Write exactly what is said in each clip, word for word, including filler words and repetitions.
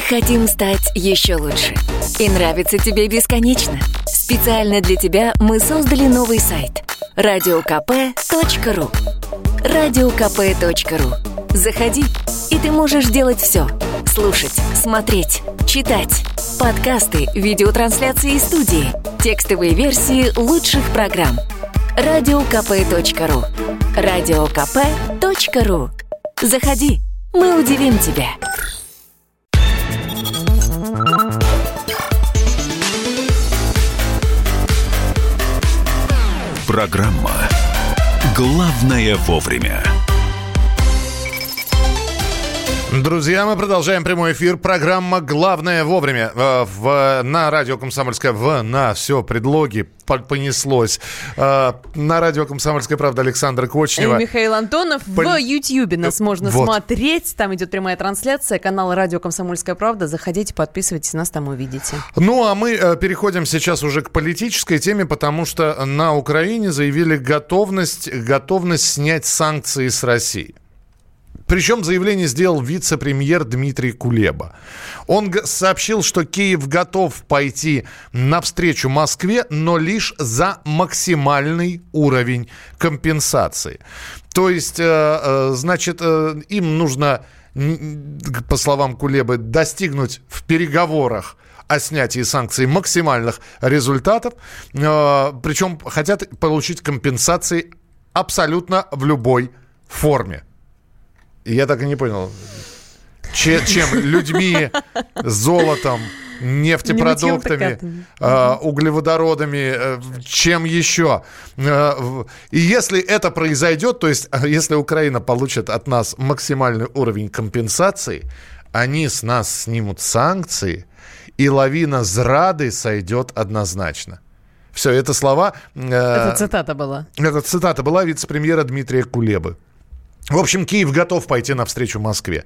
Хотим стать еще лучше. И нравится тебе бесконечно. Специально для тебя мы создали новый сайт радио ка пэ точка ру. радио ка пэ точка ру. Заходи, и ты можешь делать все. Слушать, смотреть, читать. Подкасты, видеотрансляции из студии, текстовые версии лучших программ. радио ка пэ точка ру. радио ка пэ точка ру. Заходи, мы удивим тебя. Программа «Главное вовремя». Друзья, мы продолжаем прямой эфир. Программа «Главное вовремя». В, на радио «Комсомольская», в, на, все, предлоги, понеслось. На радио «Комсомольская правда» Александра Кочнева. И Михаил Антонов. Пон... В Ютьюбе нас можно вот. смотреть. Там идет прямая трансляция. Канал радио «Комсомольская правда». Заходите, подписывайтесь, нас там увидите. Ну, а мы переходим сейчас уже к политической теме, потому что на Украине заявили готовность, готовность снять санкции с России. Причем заявление сделал вице-премьер Дмитрий Кулеба. Он сообщил, что Киев готов пойти навстречу Москве, но лишь за максимальный уровень компенсации. То есть, значит, им нужно, по словам Кулебы, достигнуть в переговорах о снятии санкций максимальных результатов. Причем хотят получить компенсации абсолютно в любой форме. Я так и не понял, чем, чем людьми, золотом, нефтепродуктами, э, углеводородами, э, чем еще. Э, и если это произойдет, то есть если Украина получит от нас максимальный уровень компенсации, они с нас снимут санкции, и лавина зрады сойдет однозначно. Все, это слова... Э, это цитата была. Это цитата была вице-премьера Дмитрия Кулебы. В общем, Киев готов пойти навстречу Москве.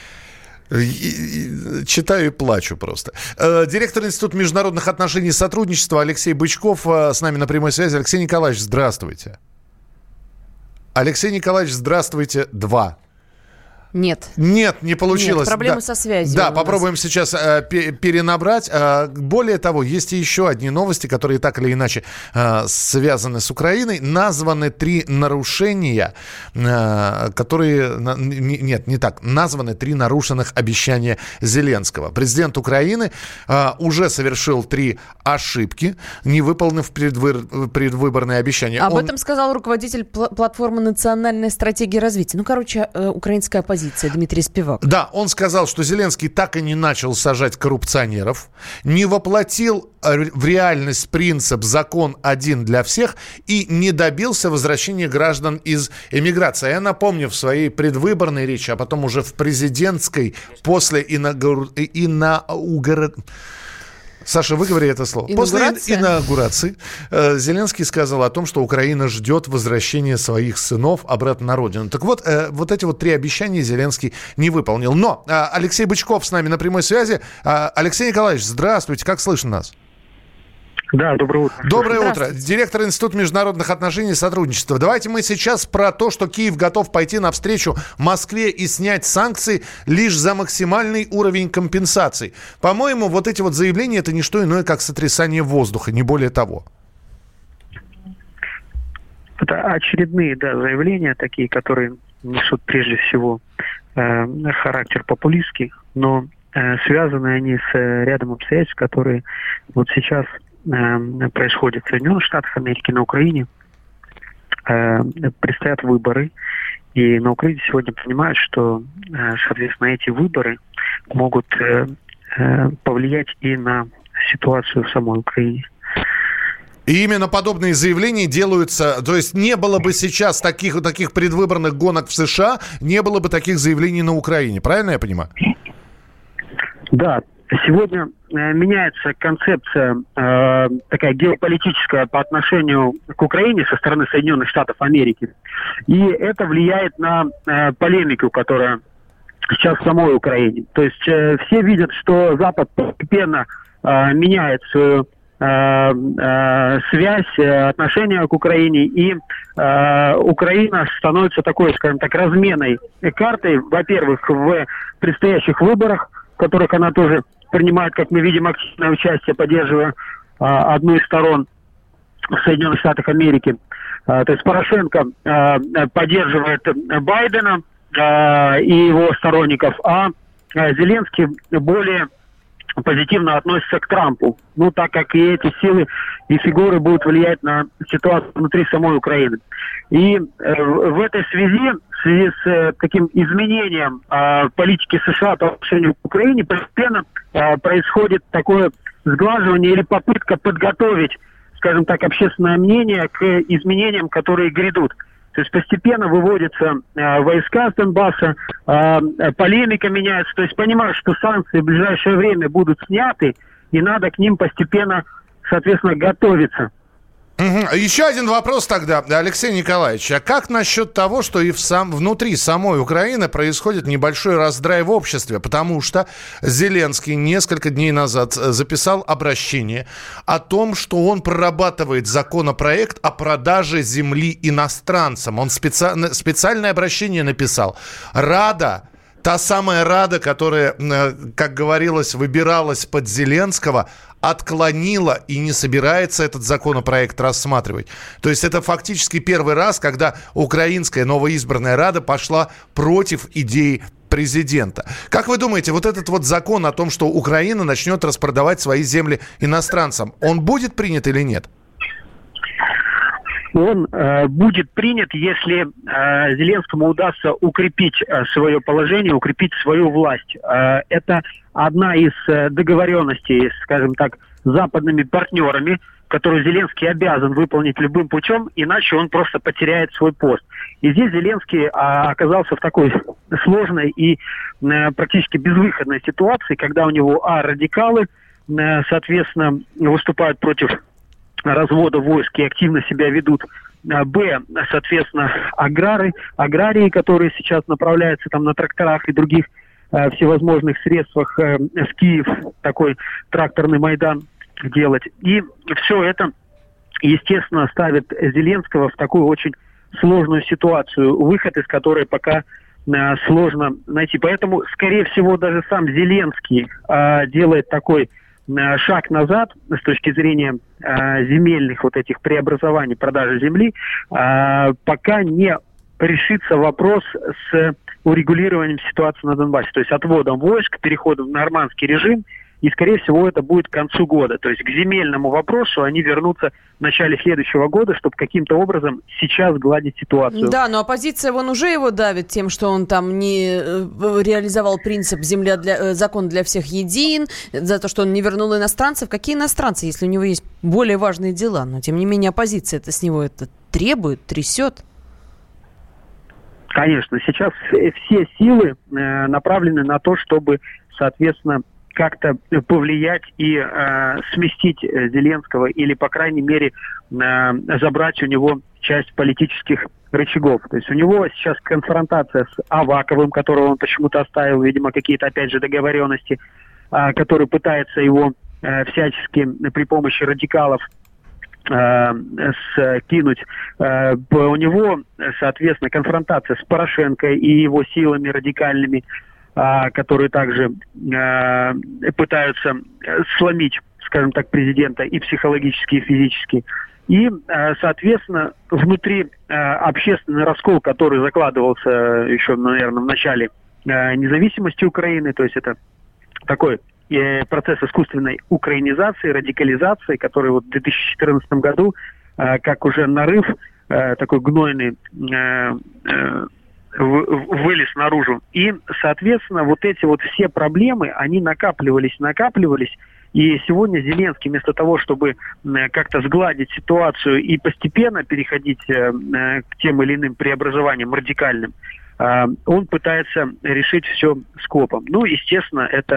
Читаю и плачу просто. Директор Института международных отношений и сотрудничества Алексей Бычков с нами на прямой связи. Алексей Николаевич, здравствуйте. Алексей Николаевич, здравствуйте. Два. Нет. Нет, не получилось. Нет, проблемы да. со связью. Да, попробуем сейчас э, перенабрать. Э, более того, есть еще одни новости, которые так или иначе э, связаны с Украиной. Названы три нарушения, э, которые... Не, нет, не так. Названы три нарушенных обещания Зеленского. Президент Украины э, уже совершил три ошибки, не выполнив предвы... предвыборные обещания. Об Он... этом сказал руководитель пл- платформы «Национальная стратегия развития». Ну, короче, э, украинская оппозиция. Дмитрий Спивак. Да, он сказал, что Зеленский так и не начал сажать коррупционеров, не воплотил в реальность принцип «закон один для всех» и не добился возвращения граждан из эмиграции. Я напомню, в своей предвыборной речи, а потом уже в президентской, после инаугур... инаугур... Саша, выговори это слово. Инаугурация? После инаугурации э, Зеленский сказал о том, что Украина ждет возвращения своих сынов обратно на родину. Так вот, э, вот эти вот три обещания Зеленский не выполнил. Но э, Алексей Бычков с нами на прямой связи. Э, Алексей Николаевич, здравствуйте, как слышно нас? Да, доброе утро. Доброе утро. Директор Института международных отношений и сотрудничества. Давайте мы сейчас про то, что Киев готов пойти навстречу Москве и снять санкции лишь за максимальный уровень компенсаций. По-моему, вот эти вот заявления — это не что иное, как сотрясание воздуха, не более того. Это очередные, да, заявления такие, которые несут прежде всего э, характер популистский, но э, связаны они с э, рядом обстоятельств, которые вот сейчас происходит в Соединенных Штатах Америки, на Украине. Э, предстоят выборы. И на Украине сегодня понимают, что, э, соответственно, эти выборы могут э, э, повлиять и на ситуацию в самой Украине. И именно подобные заявления делаются... То есть не было бы сейчас таких, таких предвыборных гонок в США, не было бы таких заявлений на Украине. Правильно я понимаю? Да. Сегодня э, меняется концепция э, такая геополитическая по отношению к Украине со стороны Соединенных Штатов Америки. И это влияет на э, полемику, которая сейчас в самой Украине. То есть э, все видят, что Запад постепенно э, меняет свою э, э, связь, э, отношение к Украине. И э, Украина становится такой, скажем так, разменной картой, во-первых, в предстоящих выборах, которых она тоже принимает, как мы видим, активное участие, поддерживая а, одну из сторон в Соединенных Штатах Америки. А, то есть Порошенко а, поддерживает Байдена а, и его сторонников, а, а Зеленский более позитивно относится к Трампу. Ну, так как и эти силы и фигуры будут влиять на ситуацию внутри самой Украины. И э, в этой связи, в связи с э, таким изменением э, политики США по отношению к Украине, постепенно э, происходит такое сглаживание или попытка подготовить, скажем так, общественное мнение к изменениям, которые грядут. То есть постепенно выводятся э, войска с Донбасса, э, полемика меняется. То есть понимают, что санкции в ближайшее время будут сняты, и надо к ним постепенно, соответственно, готовиться. Угу. Еще один вопрос тогда, Алексей Николаевич. А как насчет того, что и в сам, внутри самой Украины происходит небольшой раздрай в обществе? Потому что Зеленский несколько дней назад записал обращение о том, что он прорабатывает законопроект о продаже земли иностранцам. Он специ... специальное обращение написал. Рада... Та самая Рада, которая, как говорилось, выбиралась под Зеленского, отклонила и не собирается этот законопроект рассматривать. То есть это фактически первый раз, когда украинская новоизбранная Рада пошла против идей президента. Как вы думаете, вот этот вот закон о том, что Украина начнет распродавать свои земли иностранцам, он будет принят или нет? Он э, будет принят, если э, Зеленскому удастся укрепить э, свое положение, укрепить свою власть. Э, это одна из э, договоренностей, скажем так, с западными партнерами, которую Зеленский обязан выполнить любым путем, иначе он просто потеряет свой пост. И здесь Зеленский а, оказался в такой сложной и э, практически безвыходной ситуации, когда у него, а, радикалы, э, соответственно, выступают против развода войск и активно себя ведут. Б, соответственно, аграры, аграрии, которые сейчас направляются там на тракторах и других э, всевозможных средствах э, в Киев, такой тракторный Майдан делать. И все это, естественно, ставит Зеленского в такую очень сложную ситуацию, выход из которой пока э, сложно найти. Поэтому, скорее всего, даже сам Зеленский э, делает такой шаг назад с точки зрения э, земельных вот этих преобразований, продажи земли, э, пока не решится вопрос с урегулированием ситуации на Донбассе, то есть отводом войск, переходом в нормандский режим, и, скорее всего, это будет к концу года. То есть к земельному вопросу они вернутся в начале следующего года, чтобы каким-то образом сейчас гладить ситуацию. Да, но оппозиция вон уже его давит тем, что он там не реализовал принцип земля для, закон для всех един, за то, что он не вернул иностранцев. Какие иностранцы, если у него есть более важные дела? Но, тем не менее, оппозиция это с него это требует, трясет. Конечно, сейчас все силы э, направлены на то, чтобы, соответственно, как-то повлиять и э, сместить Зеленского или, по крайней мере, э, забрать у него часть политических рычагов. То есть у него сейчас конфронтация с Аваковым, которого он почему-то оставил, видимо, какие-то, опять же, договоренности, э, который пытается его э, всячески при помощи радикалов э, скинуть. Э, у него, соответственно, конфронтация с Порошенко и его силами радикальными, которые также э, пытаются сломить, скажем так, президента и психологически, и физически. И, э, соответственно, внутри э, общественный раскол, который закладывался еще, наверное, в начале э, независимости Украины, то есть это такой э, процесс искусственной украинизации, радикализации, который вот в две тысячи четырнадцатом году, э, как уже нарыв, э, такой гнойный, э, э, вылез наружу. И, соответственно, вот эти вот все проблемы, они накапливались, накапливались. И сегодня Зеленский, вместо того, чтобы как-то сгладить ситуацию и постепенно переходить к тем или иным преобразованиям радикальным, он пытается решить все скопом. Ну, естественно, это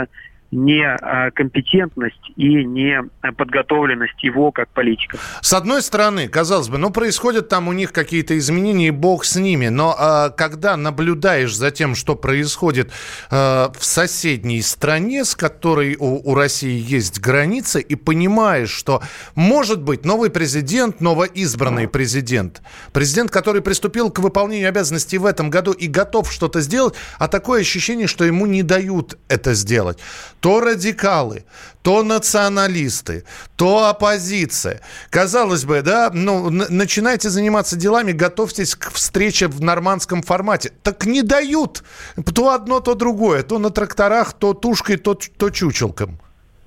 не компетентность и не подготовленность его как политика. С одной стороны, казалось бы, ну, происходят там у них какие-то изменения, и бог с ними. Но э, когда наблюдаешь за тем, что происходит э, в соседней стране, с которой у, у России есть границы, и понимаешь, что, может быть, новый президент, новоизбранный президент, президент, который приступил к выполнению обязанностей в этом году и готов что-то сделать, а такое ощущение, что ему не дают это сделать. То радикалы, то националисты, то оппозиция. Казалось бы, да, ну, н- начинайте заниматься делами, готовьтесь к встрече в нормандском формате. Так не дают. То одно, то другое. То на тракторах, то тушкой, то, то чучелком.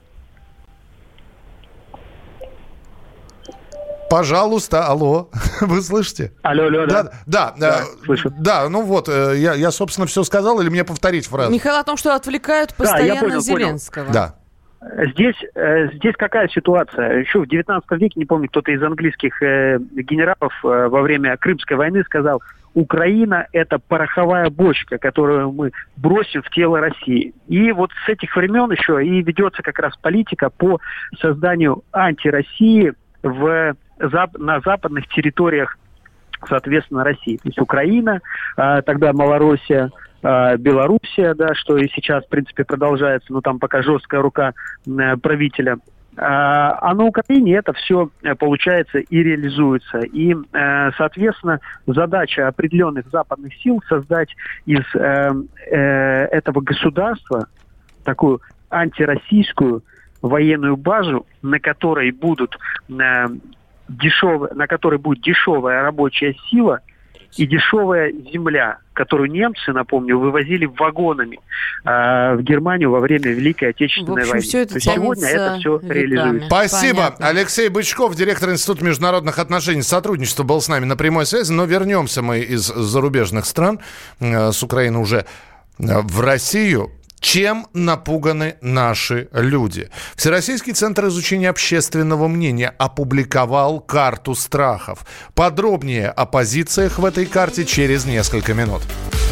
Пожалуйста, алло, вы слышите? Алло, алло, да. Да, да, да, э, слышу. Да, ну вот, э, я, я, собственно, все сказал, или мне повторить фразу? Михаил, о том, что отвлекают постоянно да, понял, Зеленского. Понял. Да. Здесь, э, здесь какая ситуация? Еще в девятнадцатом веке, не помню, кто-то из английских э, генералов э, во время Крымской войны сказал: Украина – это пороховая бочка, которую мы бросим в тело России. И вот с этих времен еще и ведется как раз политика по созданию антироссии в, на западных территориях, соответственно, России. То есть Украина, тогда Малороссия, Белоруссия, да, что и сейчас, в принципе, продолжается, но там пока жесткая рука правителя. А на Украине это все получается и реализуется. И, соответственно, задача определенных западных сил создать из этого государства такую антироссийскую военную базу, на которой будут дешевая, на которой будет дешевая рабочая сила и дешевая земля, которую немцы, напомню, вывозили вагонами э, в Германию во время Великой Отечественной в общем, войны. все это сегодня это все веками. реализуется. Спасибо. Понятно. Алексей Бычков, директор Института международных отношений и сотрудничества, был с нами на прямой связи. Но вернемся мы из зарубежных стран, э, с Украины уже э, в Россию. Чем напуганы наши люди? Всероссийский центр изучения общественного мнения опубликовал карту страхов. Подробнее о позициях в этой карте через несколько минут.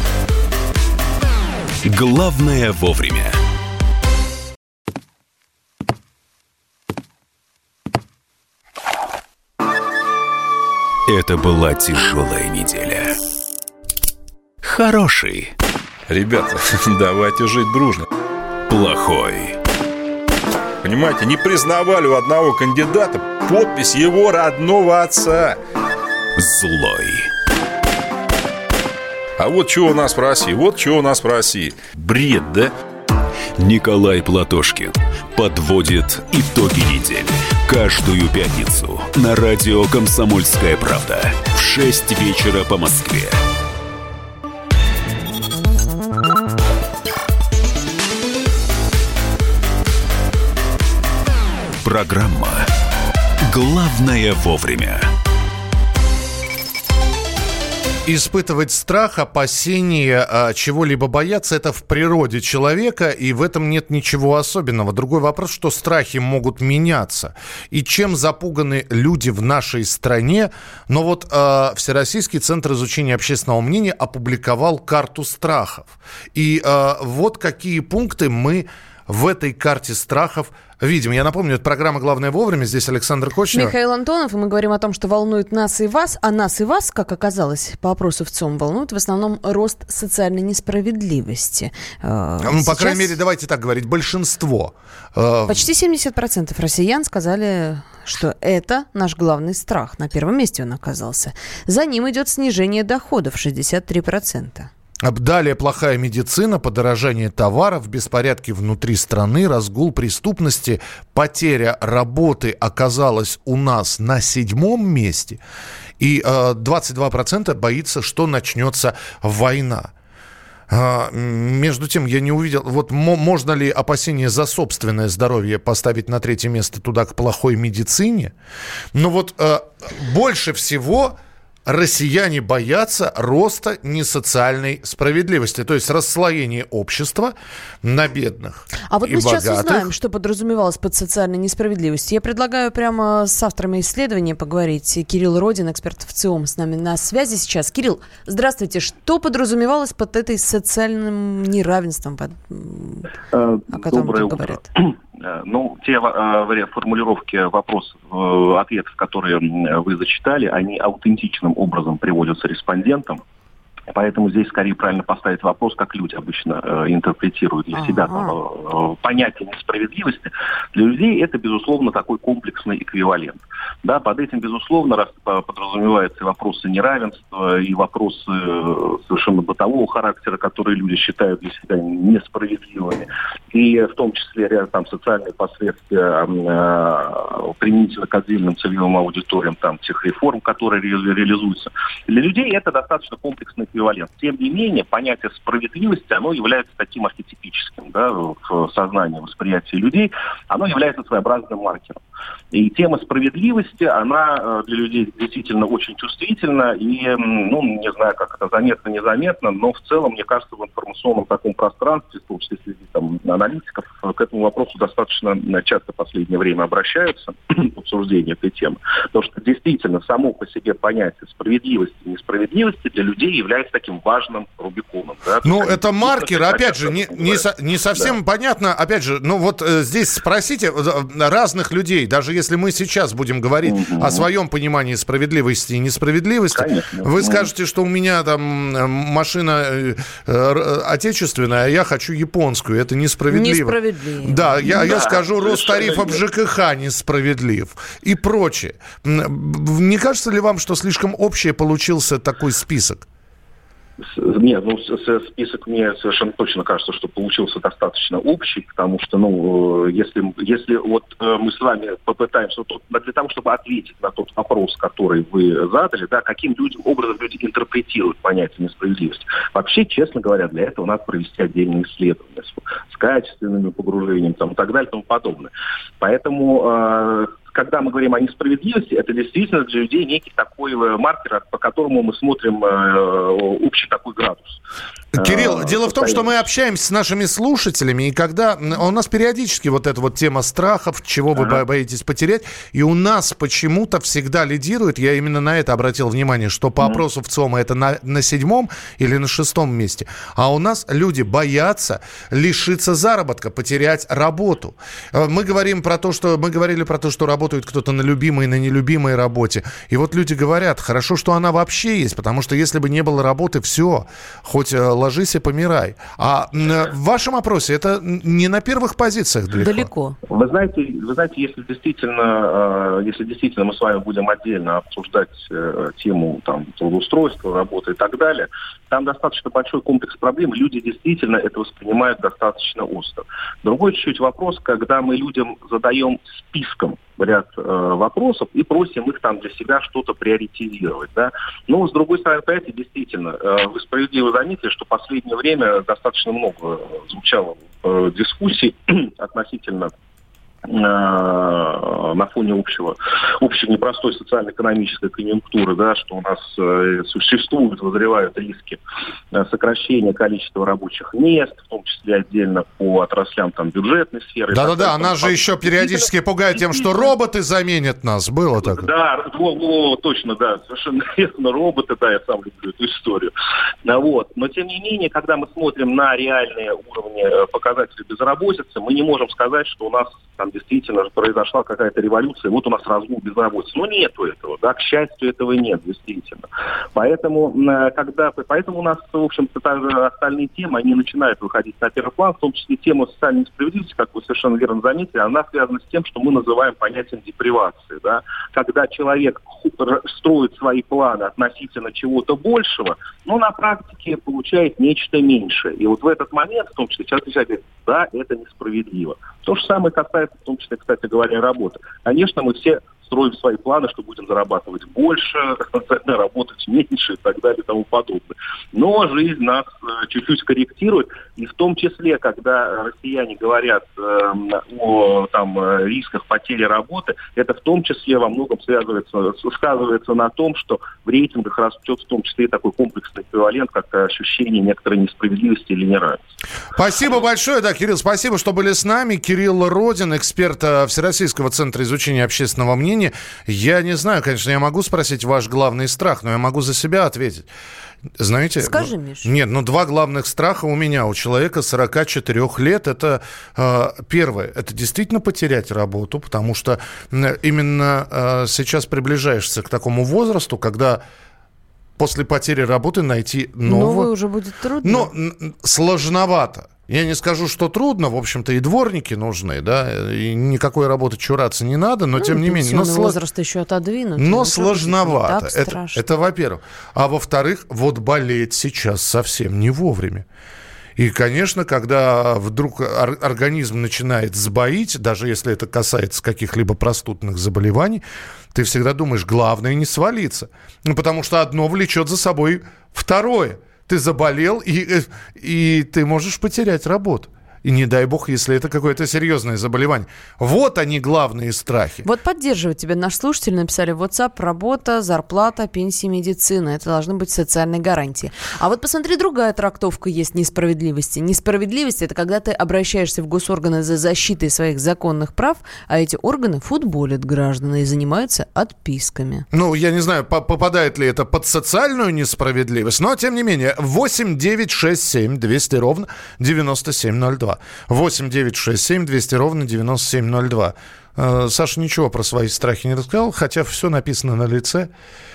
Главное вовремя. Это была тяжелая неделя. Хороший. Ребята, давайте жить дружно. Плохой. Понимаете, не признавали у одного кандидата подпись его родного отца. Злой. А вот что у нас в России, вот что у нас в России. Бред, да? Николай Платошкин подводит итоги недели. Каждую пятницу на радио «Комсомольская правда» в шесть вечера по Москве. Программа «Главное вовремя». Испытывать страх, опасения, чего-либо бояться – это в природе человека, и в этом нет ничего особенного. Другой вопрос, что страхи могут меняться. И чем запуганы люди в нашей стране? Но вот э, Всероссийский центр изучения общественного мнения опубликовал карту страхов. И э, вот какие пункты мы в этой карте страхов видим. Я напомню, это программа «Главное вовремя». Здесь Александр Кочнев. Михаил Антонов, и мы говорим о том, что волнует нас и вас, а нас и вас, как оказалось, по опросу ВЦИОМ, волнует в основном рост социальной несправедливости. Ну, Сейчас... по крайней мере, давайте так говорить, большинство. Почти семьдесят процентов россиян сказали, что это наш главный страх. На первом месте он оказался. За ним идет снижение доходов, шестьдесят три процента. Далее плохая медицина, подорожание товаров, беспорядки внутри страны, разгул преступности, потеря работы оказалась у нас на седьмом месте. И э, двадцать два процента боится, что начнется война. А, между тем, я не увидел, вот мо- можно ли опасения за собственное здоровье поставить на третье место туда к плохой медицине? Но вот э, больше всего... россияне боятся роста несоциальной справедливости, то есть расслоение общества на бедных А вот и мы сейчас богатых. узнаем, что подразумевалось под социальной несправедливостью. Я предлагаю прямо с авторами исследования поговорить. Кирилл Родин, эксперт в ЦИОМ, с нами на связи сейчас. Кирилл, здравствуйте. Что подразумевалось под этой социальным неравенством, под, о котором Доброе тут утро. говорят? Ну, те э, формулировки вопросов, э, ответов, которые вы зачитали, они аутентичным образом приводятся респондентам. Поэтому здесь скорее правильно поставить вопрос, как люди обычно э, интерпретируют для себя там, э, понятие несправедливости. Для людей это, безусловно, такой комплексный эквивалент. Да, под этим, безусловно, раз, подразумеваются и вопросы неравенства, и вопросы э, совершенно бытового характера, которые люди считают для себя несправедливыми. И в том числе ряд там, социальные последствия э, применительно к отдельным целевым аудиториям там, тех реформ, которые ре- реализуются. Для людей это достаточно комплексный эквивалент. Тем не менее, понятие справедливости, оно является таким архетипическим, да, в сознании, восприятии людей, оно является своеобразным маркером. И тема справедливости, она для людей действительно очень чувствительна, и, ну, не знаю, как это заметно, незаметно, но в целом, мне кажется, в информационном таком пространстве, в том числе среди там, аналитиков, к этому вопросу достаточно часто в последнее время обращаются в обсуждении этой темы. Потому что действительно само по себе понятие справедливости и несправедливости для людей является таким важным рубиконом. Да? Ну, это маркер, опять же, не, не, со, не совсем да. понятно. Опять же, ну вот э, здесь спросите разных людей, даже если мы сейчас будем говорить угу. о своем понимании справедливости и несправедливости, конечно. Вы скажете, что у меня там машина э, э, отечественная, а я хочу японскую. Это несправедливо. Несправедливо. Да, я, да, я скажу, рост тарифов нет. ЖКХ несправедлив и прочее. Не кажется ли вам, что слишком общий получился такой список? Нет, ну, список мне совершенно точно кажется, что получился достаточно общий, потому что, ну, если, если вот мы с вами попытаемся, для того, чтобы ответить на тот вопрос, который вы задали, да, каким людям, образом люди интерпретируют понятие несправедливости. Вообще, честно говоря, для этого надо провести отдельные исследования с, с качественным погружением там, и так далее и тому подобное. Поэтому... Э, когда мы говорим о несправедливости, это действительно для людей некий такой маркер, по которому мы смотрим э, общий такой градус. Кирилл, э, дело в том, что мы общаемся с нашими слушателями, и когда у нас периодически вот эта вот тема страхов, чего вы ага. боитесь потерять, и у нас почему-то всегда лидирует, я именно на это обратил внимание, что по опросу в ЦИОМа это на, на седьмом или на шестом месте, а у нас люди боятся лишиться заработка, потерять работу. Мы говорим про то, что мы говорили про то, что работа кто-то на любимой и на нелюбимой работе. И вот люди говорят, хорошо, что она вообще есть, потому что если бы не было работы, все, хоть ложись и помирай. А в вашем опросе это не на первых позициях далеко. Далеко. Вы знаете, вы знаете, если действительно, если действительно мы с вами будем отдельно обсуждать тему там, трудоустройства, работы и так далее, там достаточно большой комплекс проблем, и люди действительно это воспринимают достаточно остро. Другой чуть-чуть вопрос, когда мы людям задаем списком ряд э, вопросов и просим их там для себя что-то приоритизировать. Да? Но, с другой стороны, понимаете, действительно, э, вы справедливо заметили, что в последнее время достаточно много звучало э, дискуссий относительно на фоне общего, общей непростой социально-экономической конъюнктуры, да, что у нас э, существуют, возревают риски э, сокращения количества рабочих мест, в том числе отдельно по отраслям там, бюджетной сферы. Да-да-да, а нас же еще периодически пугают тем, что роботы заменят нас. Было так? Да, о, о, точно, да, совершенно верно, роботы, да, я сам люблю эту историю. Вот. Но, тем не менее, когда мы смотрим на реальные уровни показателей безработицы, мы не можем сказать, что у нас там действительно произошла какая-то революция, вот у нас разгул безработицы. Но нету этого, да, к счастью, этого нет, действительно. Поэтому, когда, поэтому у нас, в общем-то, также остальные темы, они начинают выходить на первый план, в том числе тема социальной несправедливости, как вы совершенно верно заметили, она связана с тем, что мы называем понятием депривации, да, когда человек строит свои планы относительно чего-то большего, но на практике получает нечто меньшее. И вот в этот момент, в том числе, человек говорит, да, это несправедливо. То же самое касается, в том числе, кстати говоря, работы. Конечно, мы все строим свои планы, что будем зарабатывать больше, работать меньше и так далее и тому подобное. Но жизнь нас чуть-чуть корректирует, и в том числе, когда россияне говорят э, о там, рисках потери работы, это в том числе во многом связывается, сказывается на том, что в рейтингах растет в том числе и такой комплексный эквивалент, как ощущение некоторой несправедливости или неравенства. Спасибо большое, да, Кирилл, спасибо, что были с нами. Кирилл Родин, эксперт Всероссийского центра изучения общественного мнения. Я не знаю, конечно, я могу спросить ваш главный страх, но я могу за себя ответить. Знаете, Скажи, ну, Миш. Нет, ну два главных страха у меня, у человека сорок четыре лет. Это э, первое, это действительно потерять работу, потому что именно э, сейчас приближаешься к такому возрасту, когда после потери работы найти новую... Новую уже будет трудно. Но сложновато. Я не скажу, что трудно, в общем-то, и дворники нужны, да, и никакой работы чураться не надо, но ну, тем не менее... Но возраст сло... еще отодвинут. Но сложновато. Это, это, во-первых. А во-вторых, вот болеть сейчас совсем не вовремя. И, конечно, когда вдруг организм начинает сбоить, даже если это касается каких-либо простудных заболеваний, ты всегда думаешь, главное не свалиться. Ну, потому что одно влечет за собой второе. Ты заболел, и, и ты можешь потерять работу. И не дай бог, если это какое-то серьезное заболевание. Вот они, главные страхи. Вот поддерживают тебя наш слушатель. Написали в WhatsApp: работа, зарплата, пенсия, медицина. Это должны быть социальные гарантии. А вот посмотри, другая трактовка есть несправедливости. Несправедливость – это когда ты обращаешься в госорганы за защитой своих законных прав, а эти органы футболят граждан и занимаются отписками. Ну, я не знаю, попадает ли это под социальную несправедливость, но, тем не менее, восемь девятьсот шестьдесят семь двести ровно девяносто семь ноль два. восемь девятьсот шестьдесят семь двести ровно девяносто семь ноль два. Саша ничего про свои страхи не рассказал, хотя все написано на лице.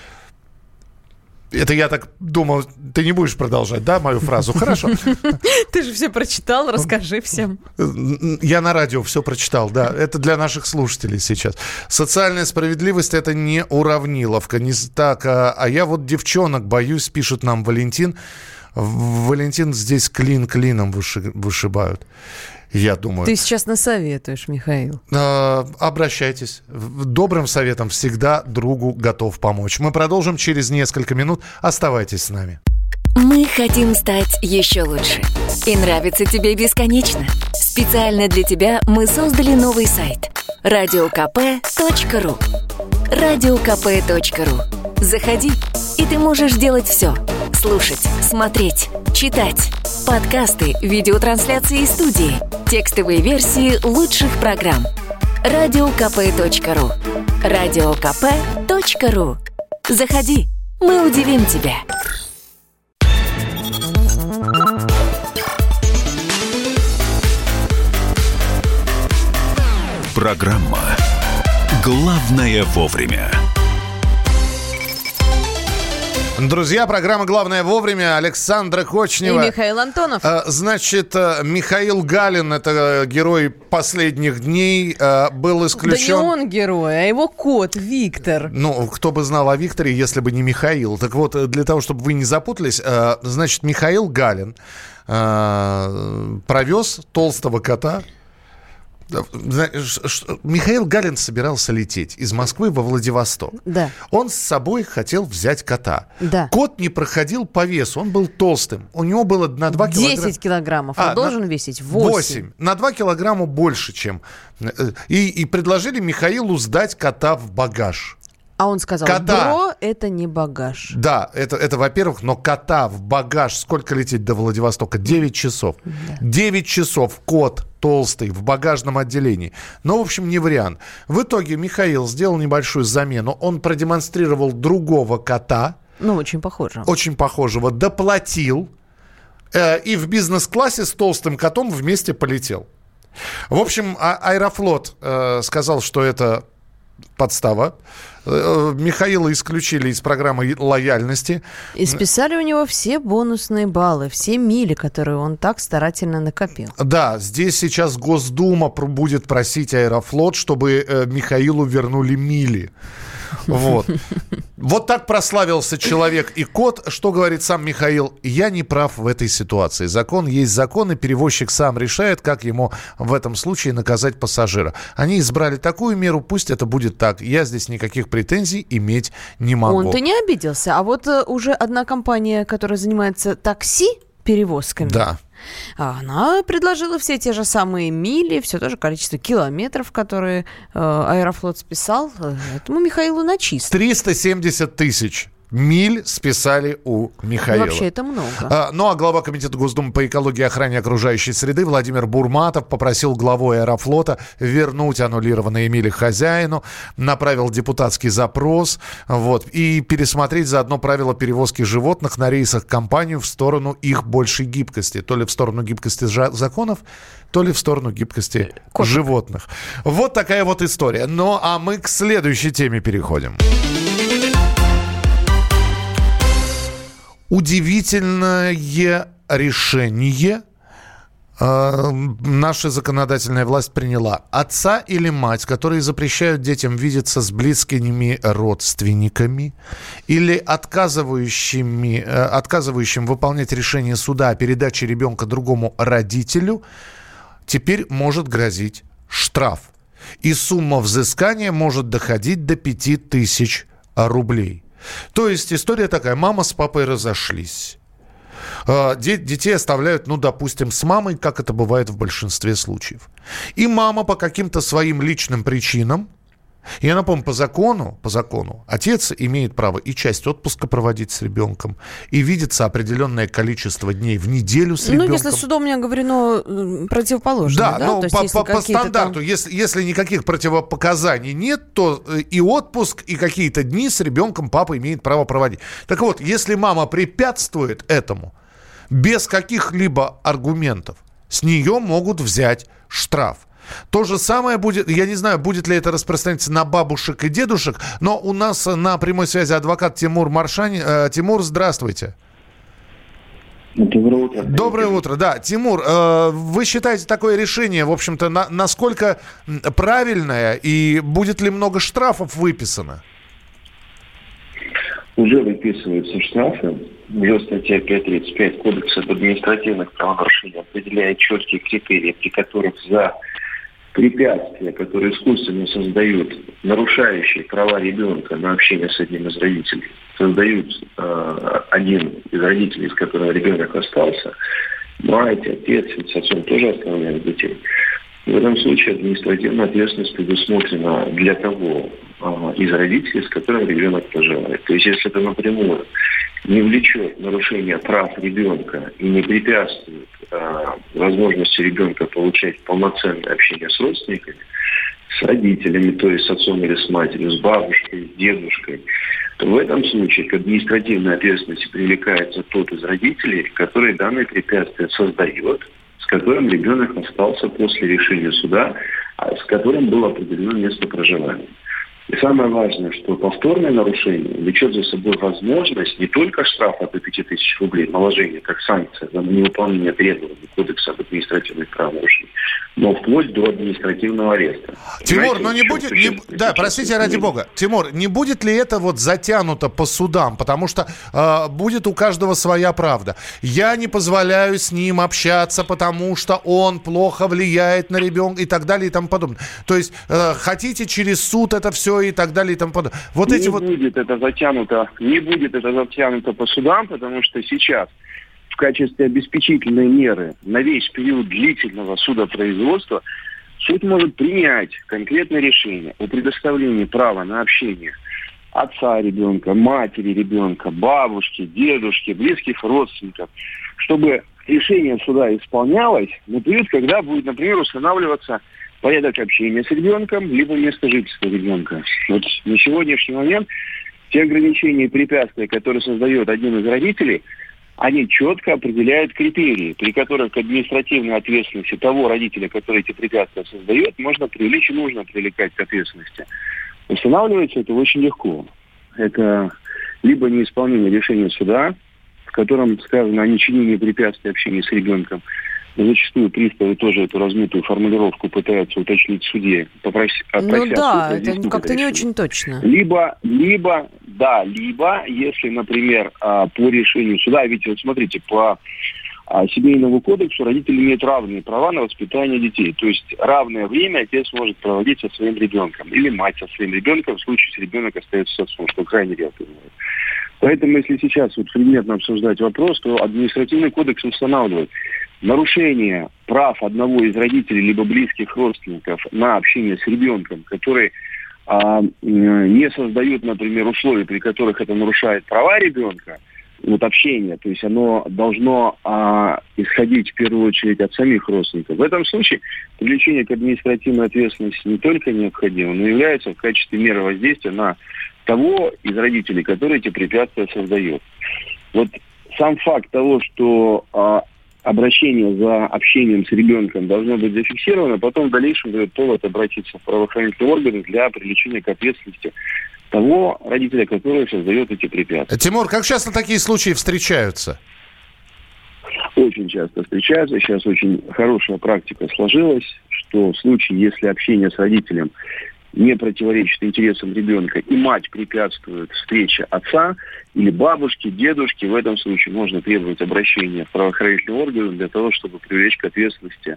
Это я так думал, ты не будешь продолжать, да, мою фразу? Хорошо. Ты же все прочитал, расскажи всем. Я на радио все прочитал, да. Это для наших слушателей сейчас. Социальная справедливость – это не уравниловка. Не так, а, а я вот девчонок боюсь, пишет нам Валентин. Валентин, здесь клин клином вышибают. Я думаю. Ты сейчас насоветуешь, Михаил. Э, обращайтесь. Добрым советом всегда другу готов помочь. Мы продолжим через несколько минут. Оставайтесь с нами. Мы хотим стать еще лучше. И нравится тебе бесконечно. Специально для тебя мы создали новый сайт. радио ка пэ точка ру. радио ка пэ точка ру. Заходи, и ты можешь делать все. Слушать, смотреть, читать. Подкасты, видеотрансляции из студии. Текстовые версии лучших программ. радио ка пэ точка ру. радио ка пэ точка ру. Заходи, мы удивим тебя. Программа «Главное вовремя». Друзья, программа «Главное вовремя». Александра Кочнева. И Михаил Антонов. Значит, Михаил Галин, это герой последних дней, был исключен... Да не он герой, а его кот Виктор. Ну, кто бы знал о Викторе, если бы не Михаил. Так вот, для того, чтобы вы не запутались, значит, Михаил Галин провез толстого кота. Михаил Галин собирался лететь из Москвы во Владивосток. Да. Он с собой хотел взять кота. Да. Кот не проходил по весу, он был толстым. У него было на два килограмма... десять килограммов, он а, должен на... весить восемь. восемь. На два килограмма больше, чем... И, и предложили Михаилу сдать кота в багаж. А он сказал, кота. Бро, это не багаж. Да, это, это во-первых, но кота в багаж, сколько лететь до Владивостока? девять часов. Да. девять часов кот толстый в багажном отделении. Но, в общем, не вариант. В итоге Михаил сделал небольшую замену. Он продемонстрировал другого кота. Ну, очень похожего. Очень похожего. Доплатил. Э, и в бизнес-классе с толстым котом вместе полетел. В общем, а- Аэрофлот э, сказал, что это подстава. Михаила исключили из программы лояльности. И списали у него все бонусные баллы, все мили, которые он так старательно накопил. Да, здесь сейчас Госдума будет просить Аэрофлот, чтобы Михаилу вернули мили. Вот. Вот так прославился человек и кот. Что говорит сам Михаил? Я не прав в этой ситуации. Закон есть закон, и перевозчик сам решает, как ему в этом случае наказать пассажира. Они избрали такую меру, пусть это будет так. Я здесь никаких претензий иметь не могу. Он-то не обиделся. А вот uh, уже одна компания, которая занимается такси, перевозками. Да. Она предложила все те же самые мили, все то же количество километров, которые э, Аэрофлот списал. Этому Михаилу начислили. триста семьдесят тысяч миль списали у Михаила. Ну, вообще это много. А, ну, а глава Комитета Госдумы по экологии и охране окружающей среды Владимир Бурматов попросил главу Аэрофлота вернуть аннулированные мили хозяину, направил депутатский запрос, вот, и пересмотреть заодно правила перевозки животных на рейсах компанию в сторону их большей гибкости. То ли в сторону гибкости законов, то ли в сторону гибкости Кошек. животных. Вот такая вот история. Ну, а мы к следующей теме переходим. Удивительное решение э, наша законодательная власть приняла. Отца или мать, которые запрещают детям видеться с близкими родственниками или отказывающими, э, отказывающим выполнять решение суда о передаче ребенка другому родителю, теперь может грозить штраф. И сумма взыскания может доходить до пяти тысяч рублей. То есть история такая. Мама с папой разошлись. Детей оставляют, ну, допустим, с мамой, как это бывает в большинстве случаев. И мама по каким-то своим личным причинам, я напомню, по закону, по закону, отец имеет право и часть отпуска проводить с ребенком, и видеться определенное количество дней в неделю с ребенком. Ну, если судом мне оговорено противоположное. Да, да? но то по, есть, по, по стандарту, там... если, если никаких противопоказаний нет, то и отпуск, и какие-то дни с ребенком папа имеет право проводить. Так вот, если мама препятствует этому, без каких-либо аргументов, с нее могут взять штраф. То же самое будет, я не знаю, будет ли это распространяться на бабушек и дедушек, но у нас на прямой связи адвокат Тимур Маршанин. Э, Тимур, здравствуйте. Доброе утро. Доброе утро, да. Тимур, э, вы считаете такое решение, в общем-то, на, насколько правильное, и будет ли много штрафов выписано? Уже выписываются штрафы. Уже статья пятьсот тридцать пять Кодекса об административных правонарушениях определяет четкие критерии, при которых за препятствия, которые искусственно создают нарушающие права ребенка на общение с одним из родителей, создают э, один из родителей, с которым ребенок остался, мать, отец, ведь с отцом тоже оставляют детей. В этом случае административная ответственность предусмотрена для того э, из родителей, с которым ребенок проживает. То есть, если это напрямую не влечет нарушение прав ребенка и не препятствует э, возможности ребенка получать полноценное общение с родственниками, с родителями, то есть с отцом или с матерью, с бабушкой, с дедушкой, то в этом случае к административной ответственности привлекается тот из родителей, который данное препятствие создает, с которым ребенок остался после решения суда, а с которым было определено место проживания. И самое важное, что повторное нарушение влечет за собой возможность не только штрафа до пяти тысяч рублей, наложения как санкция за невыполнение требований Кодекса об административных правонарушениях, но вплоть до административного ареста. Тимур, но не будет... Не, да, простите, ради бога. Тимур, не будет ли это вот затянуто по судам? Потому что э, будет у каждого своя правда. Я не позволяю с ним общаться, потому что он плохо влияет на ребенка и так далее и тому подобное. То есть э, хотите через суд это все и так далее и тому подобное. Вот не эти вот... будет это затянуто, не будет это затянуто по судам, потому что сейчас в качестве обеспечительной меры на весь период длительного судопроизводства суд может принять конкретное решение о предоставлении права на общение отца ребенка, матери ребенка, бабушки, дедушки, близких родственников, чтобы решение суда исполнялось на период, когда будет, например, устанавливаться порядок общения с ребенком, либо место жительства ребенка. Вот на сегодняшний момент те ограничения и препятствия, которые создает один из родителей, они четко определяют критерии, при которых к административной ответственности того родителя, который эти препятствия создает, можно привлечь и нужно привлекать к ответственности. Устанавливается это очень легко. Это либо неисполнение решения суда, в котором сказано о нечинении препятствий общения с ребенком. Зачастую приставы тоже эту размытую формулировку пытаются уточнить в суде, попрося, ну да, это как-то не очень точно. Либо, либо да, либо, если, например, по решению суда, ведь вот смотрите, по Семейному кодексу родители имеют равные права на воспитание детей. То есть равное время отец может проводить со своим ребенком. Или мать со своим ребенком, в случае, если ребенок остается с отцом, что крайне редко бывает. Поэтому, если сейчас вот предметно обсуждать вопрос, то административный кодекс устанавливает нарушение прав одного из родителей либо близких родственников на общение с ребенком, который а, не создают, например, условий, при которых это нарушает права ребенка, вот общение, то есть оно должно а, исходить в первую очередь от самих родственников. В этом случае привлечение к административной ответственности не только необходимо, но является в качестве меры воздействия на того из родителей, который эти препятствия создает. Вот сам факт того, что а, обращение за общением с ребенком должно быть зафиксировано, потом в дальнейшем дает повод обратиться в правоохранительные органы для привлечения к ответственности того родителя, который создает эти препятствия. Тимур, как часто такие случаи встречаются? Очень часто встречаются. Сейчас очень хорошая практика сложилась, что в случае, если общение с родителем не противоречит интересам ребенка, и мать препятствует встрече отца или бабушки, дедушки, в этом случае можно требовать обращения в правоохранительные органы для того, чтобы привлечь к ответственности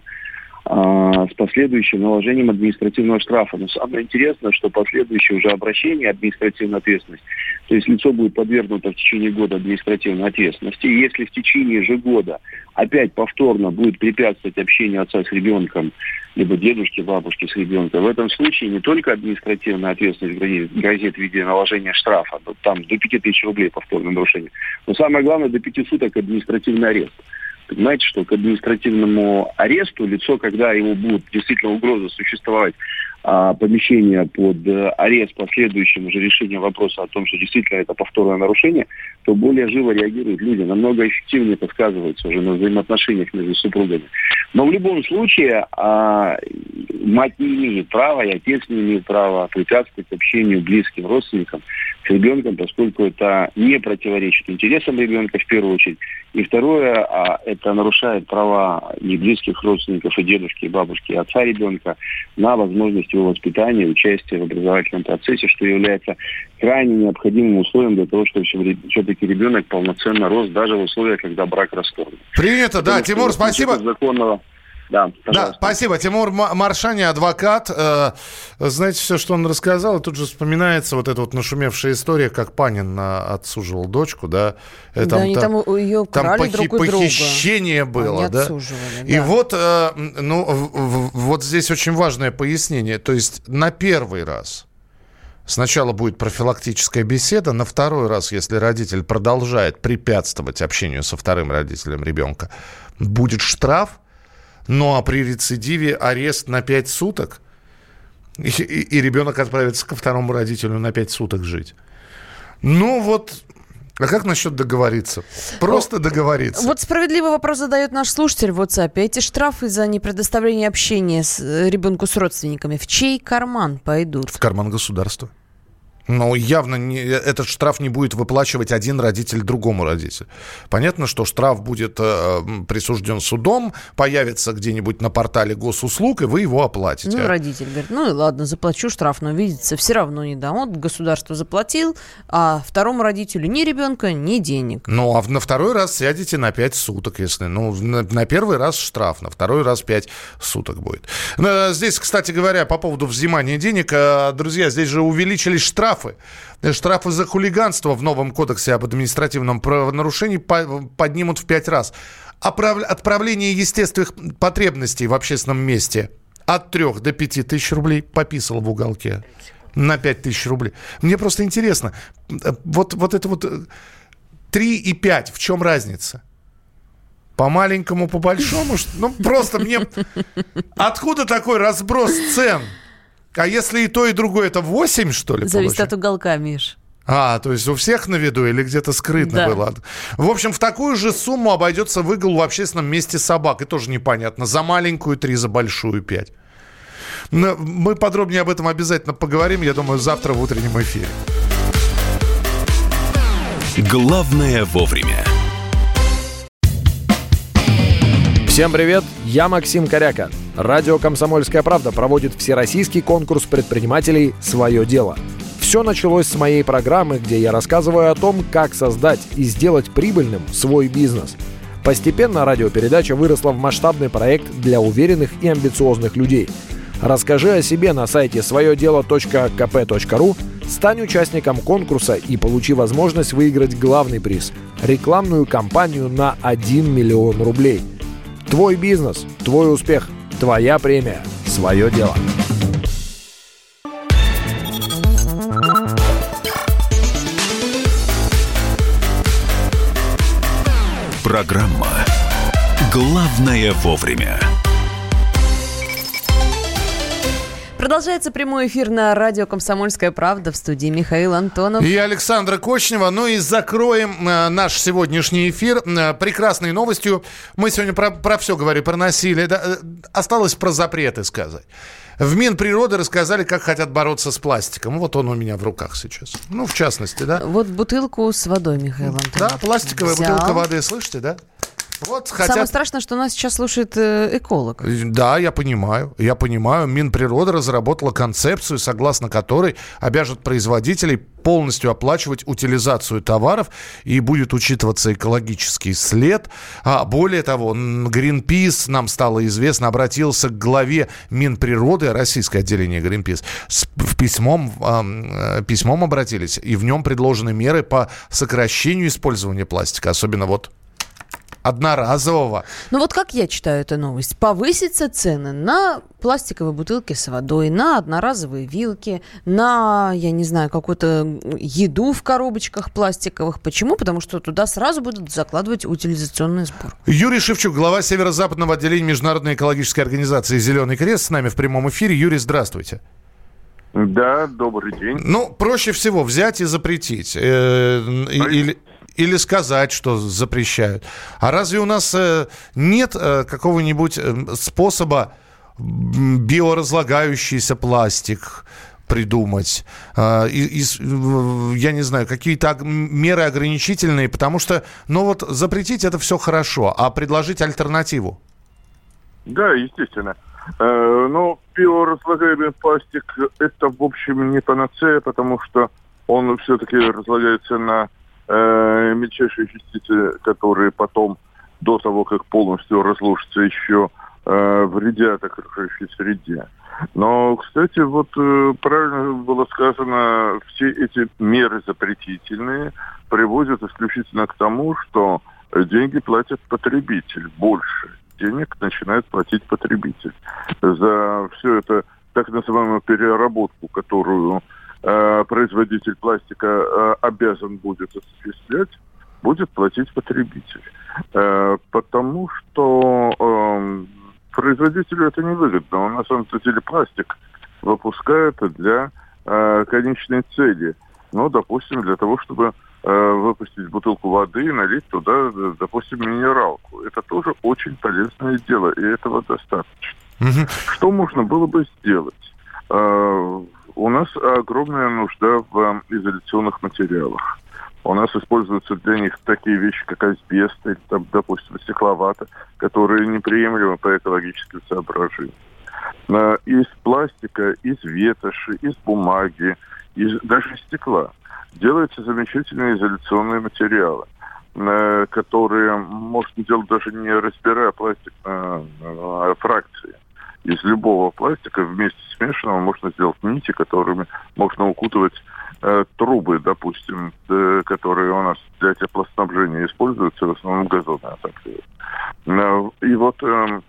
с последующим наложением административного штрафа. Но самое интересное, что последующее уже обращение, административная ответственность, то есть лицо будет подвергнуто в течение года административной ответственности. И если в течение же года опять повторно будет препятствовать общению отца с ребенком, либо дедушки, бабушки с ребенком, в этом случае не только административная ответственность грозит в виде наложения штрафа, там до пяти тысяч рублей повторное нарушение, но самое главное, до пяти суток административный арест. Понимаете, что к административному аресту лицо, когда ему будет действительно угроза существовать а, помещение под а, арест последующим уже решением вопроса о том, что действительно это повторное нарушение, то более живо реагируют люди, намного эффективнее это сказывается уже на взаимоотношениях между супругами. Но в любом случае а, мать не имеет права, и отец не имеет права препятствовать общению близким родственникам с ребенком, поскольку это не противоречит интересам ребенка в первую очередь. И второе, а, это нарушает права и близких родственников, и дедушки, и бабушки, и отца ребенка на возможность его воспитания, участия в образовательном процессе, что является крайне необходимым условием для того, чтобы все-таки ребенок полноценно рос, даже в условиях, когда брак расторгнут. Принято, да, Тимур, спасибо. Законного... Да, да, спасибо. Тимур Маршани, адвокат. Э, знаете, все, что он рассказал, и тут же вспоминается вот эта вот нашумевшая история, как Панин отсуживал дочку, да. Э, там, да, они там, там ее крали там друг у друга. Похищение было, да. И да. вот, э, ну, в, в, вот здесь очень важное пояснение. То есть на первый раз сначала будет профилактическая беседа, на второй раз, если родитель продолжает препятствовать общению со вторым родителем ребенка, будет штраф. Ну, а при рецидиве арест на пять суток, и, и, и ребенок отправится ко второму родителю на пять суток жить. Ну, вот, а как насчет договориться? Просто договориться. Вот справедливый вопрос задает наш слушатель в WhatsApp. Эти штрафы за непредоставление общения с ребенку с родственниками в чей карман пойдут? В карман государства. Но явно не, этот штраф не будет выплачивать один родитель другому родителю. Понятно, что штраф будет э, присужден судом, появится где-нибудь на портале госуслуг, и вы его оплатите. Ну, родитель говорит, ну и ладно, заплачу штраф, но, видится, все равно не дам. Вот государство заплатил, а второму родителю ни ребенка, ни денег. Ну, а на второй раз сядете на пять суток, если... Ну, на, на первый раз штраф, на второй раз пять суток будет. Здесь, кстати говоря, по поводу взимания денег, друзья, здесь же увеличились штрафы. Штрафы за хулиганство в новом кодексе об административном правонарушении поднимут в пять раз. Отправление естественных потребностей в общественном месте от трех до пяти тысяч рублей, пописал в уголке, на пять тысяч рублей. Мне просто интересно, вот, вот это вот три и пять, в чем разница? По маленькому, по большому? Ну, просто мне... Откуда такой разброс цен? А если и то, и другое, это восемь, что ли, зависит получается? От уголка, Миш. А, то есть у всех на виду или где-то скрытно да. было? В общем, в такую же сумму обойдется выгул в общественном месте собак. И тоже непонятно. За маленькую три, за большую пять. Но мы подробнее об этом обязательно поговорим, я думаю, завтра в утреннем эфире. Главное вовремя. Всем привет, я Максим Коряка. Радио «Комсомольская правда» проводит всероссийский конкурс предпринимателей «Свое дело». Все началось с моей программы, где я рассказываю о том, как создать и сделать прибыльным свой бизнес. Постепенно радиопередача выросла в масштабный проект для уверенных и амбициозных людей. Расскажи о себе на сайте свое дело точка ка пэ точка ру, стань участником конкурса и получи возможность выиграть главный приз – рекламную кампанию на один миллион рублей. Твой бизнес, твой успех, твоя премия, свое дело. Программа «Главное вовремя». Продолжается прямой эфир на радио «Комсомольская правда», в студии Михаил Антонов. И Александра Кочнева. Ну и закроем э, наш сегодняшний эфир э, прекрасной новостью. Мы сегодня про, про все говорили, про насилие. Да, э, осталось про запреты сказать. В Минприроды рассказали, как хотят бороться с пластиком. Вот он у меня в руках сейчас. Ну, в частности, да. Вот бутылку с водой, Михаил Антонов. Да, пластиковая взял. бутылка воды, слышите, да? Вот хотят... Самое страшное, что нас сейчас слушает э, эколог. Да, я понимаю, я понимаю. Минприрода разработала концепцию, согласно которой обяжет производителей полностью оплачивать утилизацию товаров и будет учитываться экологический след. А более того, Greenpeace, нам стало известно, обратился к главе Минприроды, российское отделение Greenpeace, с в письмом, э, письмом обратились, и в нем предложены меры по сокращению использования пластика, особенно вот одноразового. Ну вот как я читаю эту новость. Повысятся цены на пластиковые бутылки с водой, на одноразовые вилки, на, я не знаю, какую-то еду в коробочках пластиковых. Почему? Потому что туда сразу будут закладывать утилизационный сбор. Юрий Шевчук, глава северо-западного отделения Международной экологической организации «Зеленый крест», с нами в прямом эфире. Юрий, здравствуйте. Да, добрый день. Ну, проще всего взять и запретить. Э, или... Или сказать, что запрещают. А разве у нас э, нет э, какого-нибудь э, способа биоразлагающийся пластик придумать? Э, и, и, я не знаю, какие-то меры ограничительные, потому что, ну вот, запретить это все хорошо, а предложить альтернативу? Да, естественно. Э, но биоразлагаемый пластик – это, в общем, не панацея, потому что он все-таки разлагается на мельчайшие частицы, которые потом, до того, как полностью разложатся, еще э, вредят окружающей среде. Но, кстати, вот э, правильно было сказано, все эти меры запретительные приводят исключительно к тому, что деньги платит потребитель. Больше денег начинает платить потребитель. За все это так называемую переработку, которую производитель пластика э, обязан будет осуществлять, будет платить потребитель. Э, потому что э, производителю это невыгодно. Он на самом деле пластик выпускает для э, конечной цели. Ну, допустим, для того, чтобы э, выпустить бутылку воды и налить туда, допустим, минералку. Это тоже очень полезное дело, и этого достаточно. Mm-hmm. Что можно было бы сделать? Э, У нас огромная нужда в изоляционных материалах. У нас используются для них такие вещи, как асбест, или, там, допустим, стекловата, которые неприемлемы по экологическим соображениям. Из пластика, из ветоши, из бумаги, из, даже из стекла делаются замечательные изоляционные материалы, которые можно делать даже не разбирая пластик на фракции. Из любого пластика вместе смешанного можно сделать нити, которыми можно укутывать э, трубы, допустим, э, которые у нас для теплоснабжения используются, в основном газонные отопители. Э, и вот э,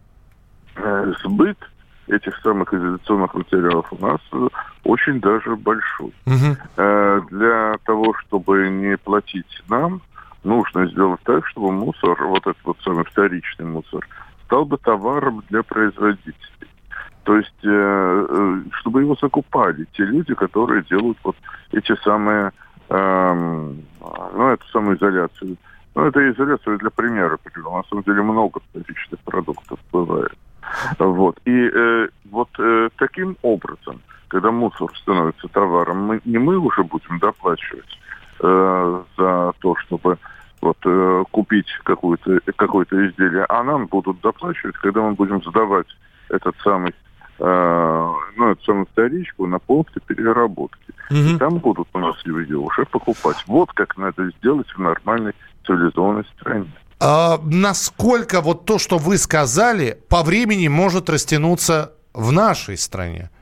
э, сбыт этих самых изоляционных материалов у нас э, очень даже большой. Uh-huh. Э, для того, чтобы не платить нам, нужно сделать так, чтобы мусор, вот этот вот самый вторичный мусор, стал бы товаром для производителей. То есть, э, чтобы его закупали те люди, которые делают вот эти самые, э, ну, эту самую изоляцию. Ну, это изоляция для примера, на самом деле много вторичных продуктов бывает. Вот. И э, вот э, таким образом, когда мусор становится товаром, мы, не мы уже будем доплачивать э, за то, чтобы вот, э, купить какое-то, какое-то изделие, а нам будут доплачивать, когда мы будем сдавать этот самый, э, ну, эту самую вторичку на пункты переработки. Угу. И там будут у нас люди уже покупать. Вот как надо сделать в нормальной цивилизованной стране. А насколько вот то, что вы сказали, по времени может растянуться в нашей стране?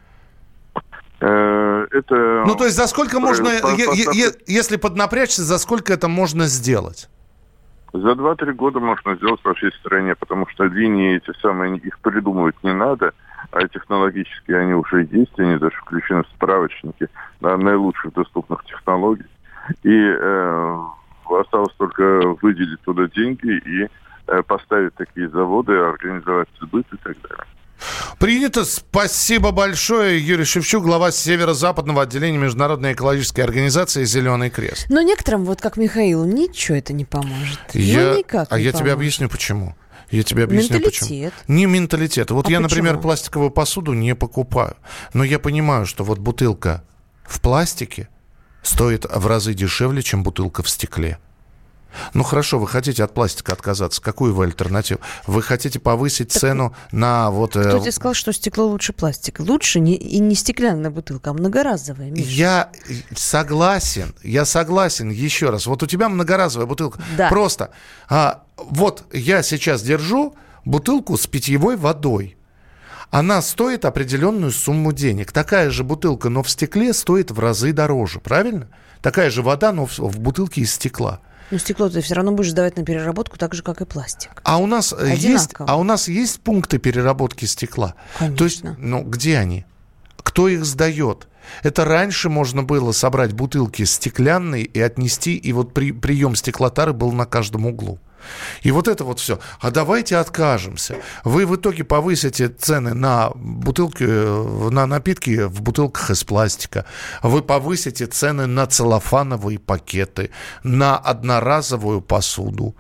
Это... Ну, то есть за сколько можно, по, е- по, е- если поднапрячься, за сколько это можно сделать? За два-три года можно сделать во всей стране, потому что линии эти самые, их придумывать не надо, а технологически они уже есть, они даже включены в справочники да, наилучших доступных технологий. И э, осталось только выделить туда деньги и э, поставить такие заводы, организовать сбыт и так далее. Принято. Спасибо большое. Юрий Шевчук, глава северо-западного отделения Международной экологической организации «Зеленый крест». Но некоторым, вот как Михаилу, ничего это не поможет. Я... Ну, никак а не я поможет. тебе объясню, почему. Я тебе объясню, менталитет. почему. Не менталитет. Вот а я, почему? например, пластиковую посуду не покупаю. Но я понимаю, что вот бутылка в пластике стоит в разы дешевле, чем бутылка в стекле. Ну хорошо, вы хотите от пластика отказаться. Какую вы альтернативу? Вы хотите повысить так цену на вот... Кто э... тебе сказал, что стекло лучше пластика? Лучше не, и не стеклянная бутылка, а многоразовая. Миша. Я согласен, я согласен. Еще раз, вот у тебя многоразовая бутылка. Да. Просто а, вот я сейчас держу бутылку с питьевой водой. Она стоит определенную сумму денег. Такая же бутылка, но в стекле, стоит в разы дороже, правильно? Такая же вода, но в, в бутылке из стекла. Но стекло ты все равно будешь сдавать на переработку так же, как и пластик. А у нас есть, а у нас есть пункты переработки стекла? Конечно. То есть, ну, где они? Кто их сдает? Это раньше можно было собрать бутылки стеклянные и отнести, и вот при, прием стеклотары был на каждом углу. И вот это вот все. А давайте откажемся. Вы в итоге повысите цены на бутылки, на напитки в бутылках из пластика. Вы повысите цены на целлофановые пакеты, на одноразовую посуду.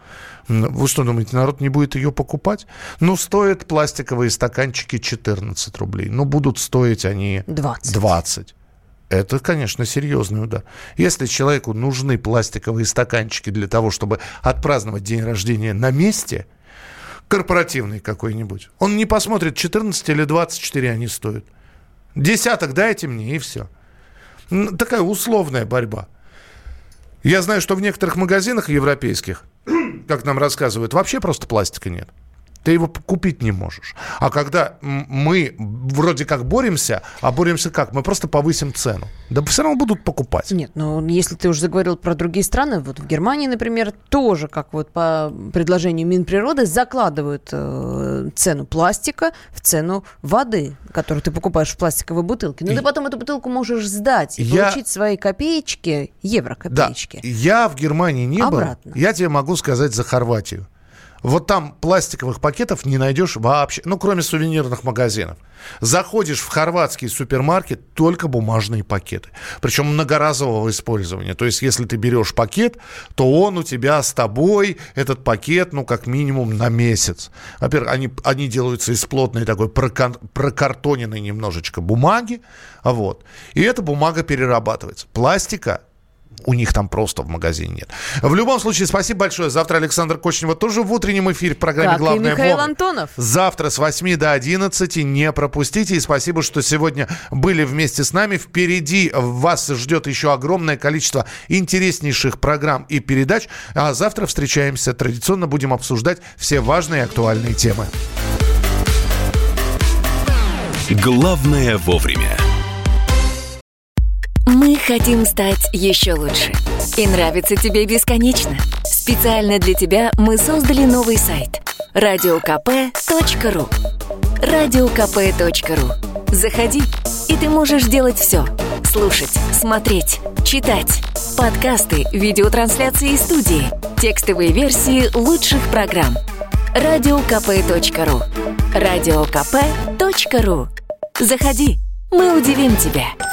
Вы что думаете, народ не будет ее покупать? Ну, стоят пластиковые стаканчики четырнадцать рублей. Ну, будут стоить они двадцать. двадцать. Это, конечно, серьезный удар. Если человеку нужны пластиковые стаканчики для того, чтобы отпраздновать день рождения на месте, корпоративный какой-нибудь, он не посмотрит, четырнадцать или двадцать четыре они стоят. Десяток дайте мне, и все. Такая условная борьба. Я знаю, что в некоторых магазинах европейских, как нам рассказывают, вообще просто пластика нет. Ты его купить не можешь. А когда мы вроде как боремся, а боремся как? Мы просто повысим цену. Да все равно будут покупать. Нет, ну если ты уже заговорил про другие страны, вот в Германии, например, тоже, как вот по предложению Минприроды, закладывают э, цену пластика в цену воды, которую ты покупаешь в пластиковой бутылке. Но и... ты потом эту бутылку можешь сдать и я... получить свои копеечки, евро-копеечки. Да, я в Германии не Обратно. был. Я тебе могу сказать за Хорватию. Вот там пластиковых пакетов не найдешь вообще, ну, кроме сувенирных магазинов. Заходишь в хорватский супермаркет, только бумажные пакеты. Причем многоразового использования. То есть, если ты берешь пакет, то он у тебя с тобой, этот пакет, ну, как минимум на месяц. Во-первых, они, они делаются из плотной такой прокар- прокартоненной немножечко бумаги. Вот. И эта бумага перерабатывается. Пластика у них там просто в магазине нет. В любом случае, спасибо большое. Завтра Александр Кочнева тоже в утреннем эфире в программе как «Главное и Михаил вовремя». Антонов. Завтра с восьми до одиннадцати не пропустите. И спасибо, что сегодня были вместе с нами. Впереди вас ждет еще огромное количество интереснейших программ и передач. А завтра встречаемся. Традиционно будем обсуждать все важные и актуальные темы. Главное вовремя. Мы хотим стать еще лучше. И нравится тебе бесконечно. Специально для тебя мы создали новый сайт – радио ка пэ точка ру. радио ка пэ точка ру. Заходи, и ты можешь делать все. Слушать, смотреть, читать. Подкасты, видеотрансляции из студии, текстовые версии лучших программ. радио ка пэ точка ру. радио ка пэ точка ру. Заходи, мы удивим тебя.